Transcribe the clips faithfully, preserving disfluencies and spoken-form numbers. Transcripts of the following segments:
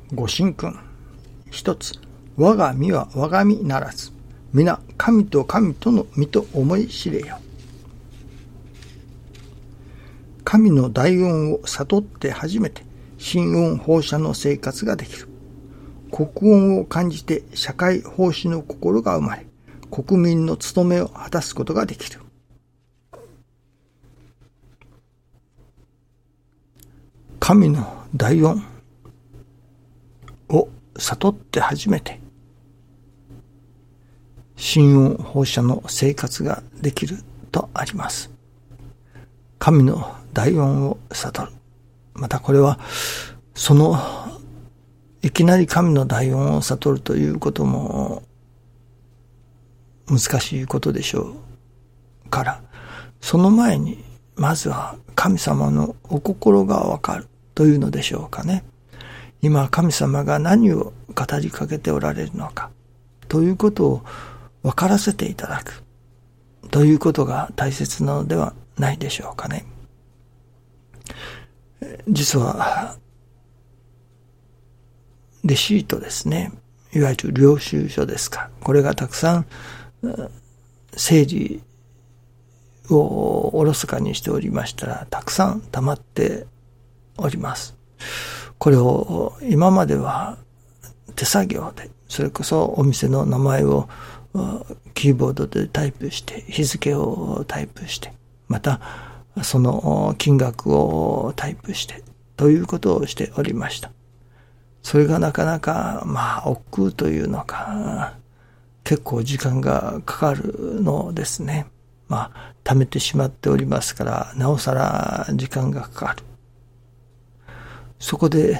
ご神君。一つ、我が身は我が身ならず、皆神と神との身と思い知れよ。神の大恩を悟って初めて神恩奉射の生活ができる。国恩を感じて社会奉仕の心が生まれ、国民の務めを果たすことができる。神の大恩を悟って初めて神恩奉射の生活ができるとあります。神の大恩を悟る。またこれはそのいきなり神の大恩を悟るということも難しいことでしょうから、その前にまずは神様のお心がわかるというのでしょうかね。今神様が何を語りかけておられるのかということを分からせていただくということが大切なのではないでしょうかね。実はレシートですね、いわゆる領収書ですか、これがたくさん整理をおろそかにしておりましたら、たくさん溜まっております。これを今までは手作業で、それこそお店の名前をキーボードでタイプして、日付をタイプして、またその金額をタイプしてということをしておりました。それがなかなかまあ億劫というのか、結構時間がかかるのですね。まあ貯めてしまっておりますから、なおさら時間がかかる。そこで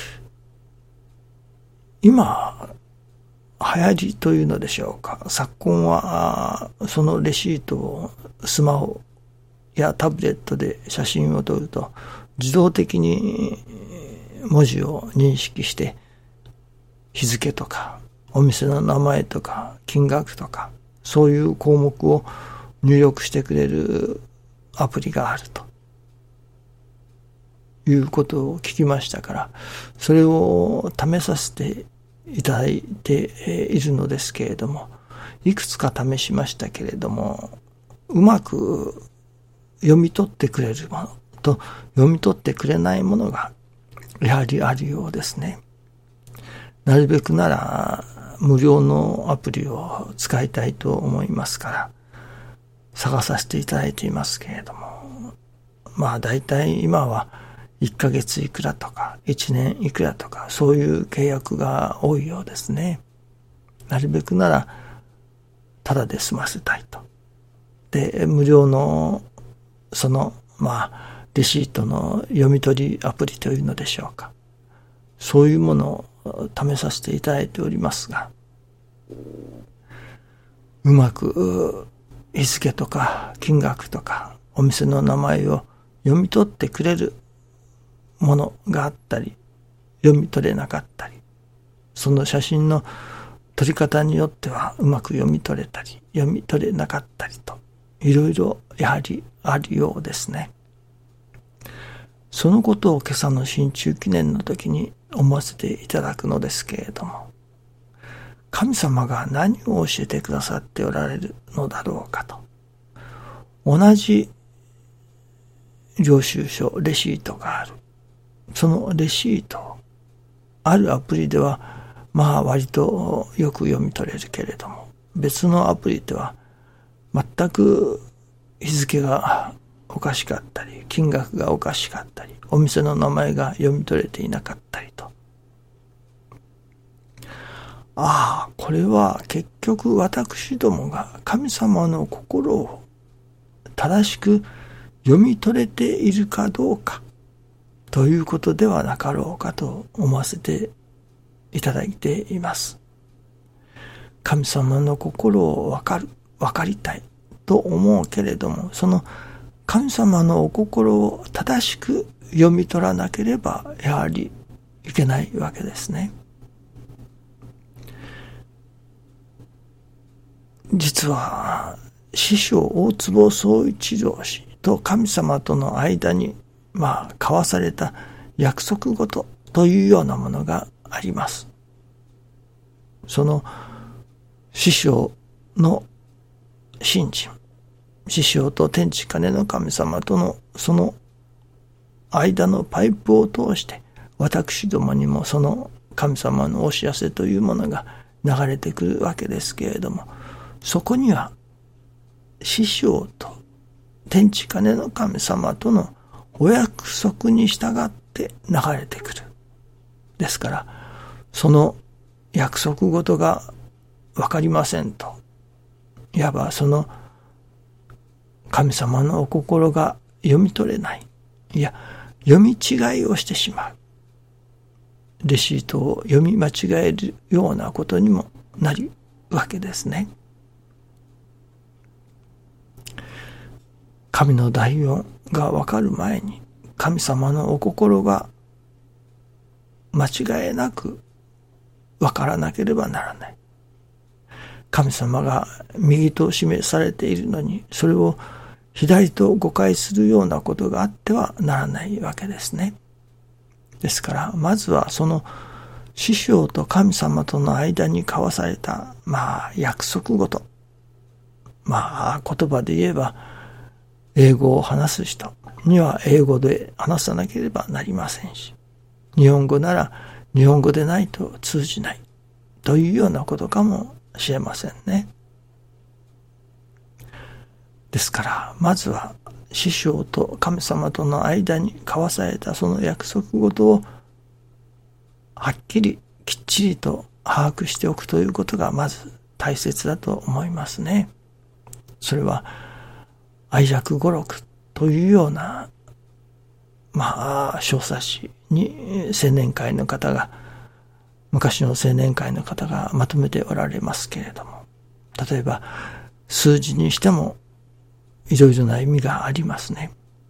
今流行りというのでしょうか、昨今はそのレシートをスマホやタブレットで写真を撮ると自動的に文字を認識して日付とかお店の名前とか金額とかそういう項目を入力してくれるアプリがあるということを聞きましたから、それを試させていただいているのですけれども、いくつか試しましたけれども、うまく読み取ってくれるものと読み取ってくれないものがやはりあるようですね。なるべくなら無料のアプリを使いたいと思いますから探させていただいていますけれども、まあ大体今はいっかげついくらとかいちねんいくらとかそういう契約が多いようですね。なるべくならただで済ませたいと。で、無料のそのまあレシートの読み取りアプリというのでしょうか、そういうものを試させていただいておりますが、うまく日付とか金額とかお店の名前を読み取ってくれるものがあったり、読み取れなかったり、その写真の撮り方によってはうまく読み取れたり読み取れなかったりと、いろいろやはりあるようですね。そのことを今朝の新中記念の時に思わせていただくのですけれども、神様が何を教えてくださっておられるのだろうかと。同じ領収書、レシートがある。そのレシート、あるアプリではまあ割とよく読み取れるけれども、別のアプリでは全く日付がおかしかったり、金額がおかしかったり、お店の名前が読み取れていなかったりと。ああ、これは結局私どもが神様の心を正しく読み取れているかどうかということではなかろうかと思わせていただいています。神様の心をわかる、わかりたいと思うけれども、その神様のお心を正しく読み取らなければやはりいけないわけですね。実は師匠大坪宗一郎氏と神様との間にまあ交わされた約束事というようなものがああります。その師匠の信心、師匠と天地金の神様とのその間のパイプを通して、私どもにもその神様のお知らせというものが流れてくるわけですけれども、そこには師匠と天地金の神様とのお約束に従って流れてくる。ですから、その約束事がわかりませんと、いわばその神様のお心が読み取れない、いや読み違いをしてしまう、レシートを読み間違えるようなことにもなるわけですね。神の大恩がわかる前に、神様のお心が間違いなくわからなければならない。神様が右と示されているのに、それを左と誤解するようなことがあってはならないわけですね。ですから、まずはその師匠と神様との間に交わされた、まあ約束事。まあ言葉で言えば、英語を話す人には英語で話さなければなりませんし、日本語なら日本語でないと通じないというようなことかもしれませんね。ですから、まずは師匠と神様との間に交わされたその約束事をはっきりきっちりと把握しておくということがまず大切だと思いますね。それは愛寂語録というような、まあ、小冊子に青年会の方が、昔の青年会の方がまとめておられますけれども、例えば、数字にしても、いろいろな意味がありますね。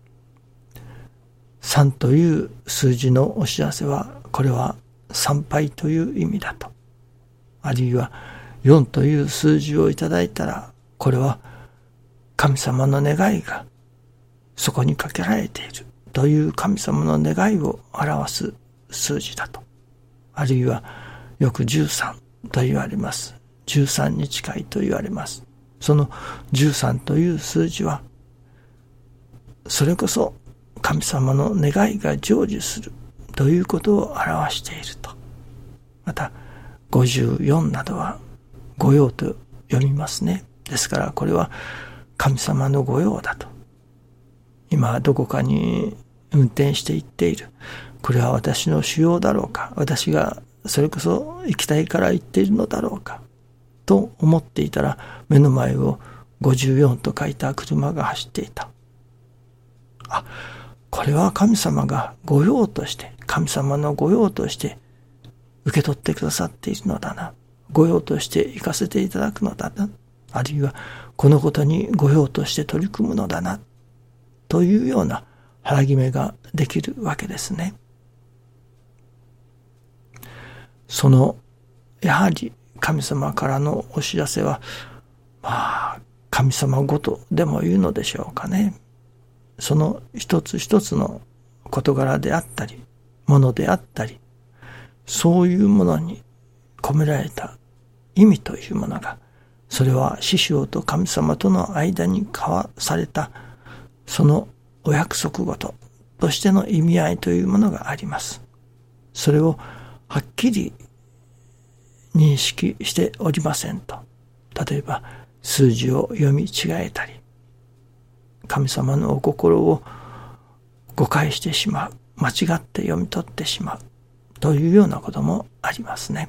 さんという数字のお知らせは、これは参拝という意味だと。あるいは、よんという数字をいただいたら、これは、神様の願いがそこにかけられているという神様の願いを表す数字だと。あるいはよくじゅうさんと言われます。じゅうさんに近いと言われます。そのじゅうさんという数字は、それこそ神様の願いが成就するということを表していると。またごじゅうよんなどは御用と読みますね。ですからこれは神様の御用だと。今どこかに運転して行っている。これは私の主用だろうか。私がそれこそ行きたいから行っているのだろうか。と思っていたら、目の前をごじゅうよんと書いた車が走っていた。あ、これは神様が御用として、神様の御用として受け取ってくださっているのだな。御用として行かせていただくのだな。あるいはこのことに御用として取り組むのだな。というような腹決めができるわけですね。その、やはり神様からのお知らせは、まあ、神様ごとでも言うのでしょうかね。その一つ一つの事柄であったり、ものであったり、そういうものに込められた意味というものが、それは師匠と神様との間に交わされた、そのお約束事としての意味合いというものがあります。それをはっきり認識しておりませんと、例えば数字を読み違えたり、神様のお心を誤解してしまう、間違って読み取ってしまうというようなこともありますね。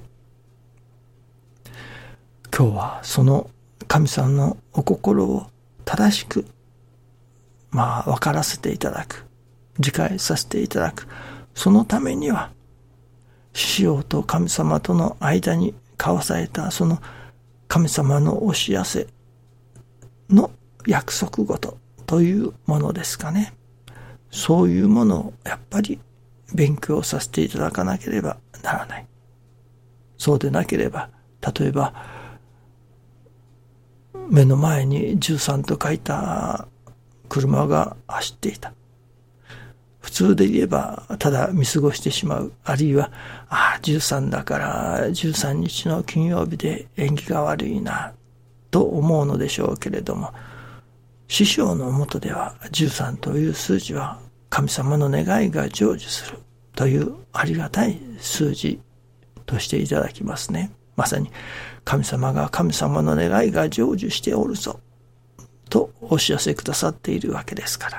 今日はその神様のお心を正しくまあ分からせていただく、理解させていただく、そのためには師匠と神様との間に交わされたその神様のお知らせの約束事というものですかね。そういうものをやっぱり勉強させていただかなければならない。そうでなければ、例えば目の前にじゅうさんと書いた車が走っていた。 普通で言えばただ見過ごしてしまう、あるいはああじゅうさんだからじゅうさんにちの金曜日で縁起が悪いなと思うのでしょうけれども、師匠のもとではじゅうさんという数字は神様の願いが成就するというありがたい数字としていただきますね。まさに神様が神様の願いが成就しておるぞとお知らせくださっているわけですから、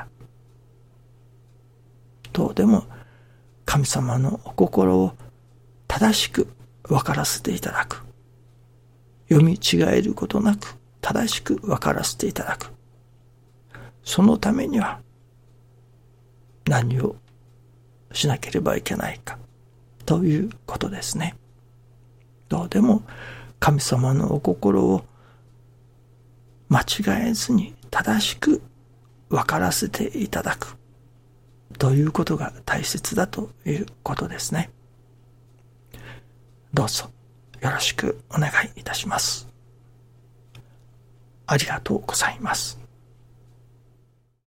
どうでも神様のお心を正しく分からせていただく、読み違えることなく正しく分からせていただく、そのためには何をしなければいけないかということですね。どうでも神様のお心を間違えずに正しく分からせていただくということが大切だということですね。どうぞよろしくお願いいたします。ありがとうございます。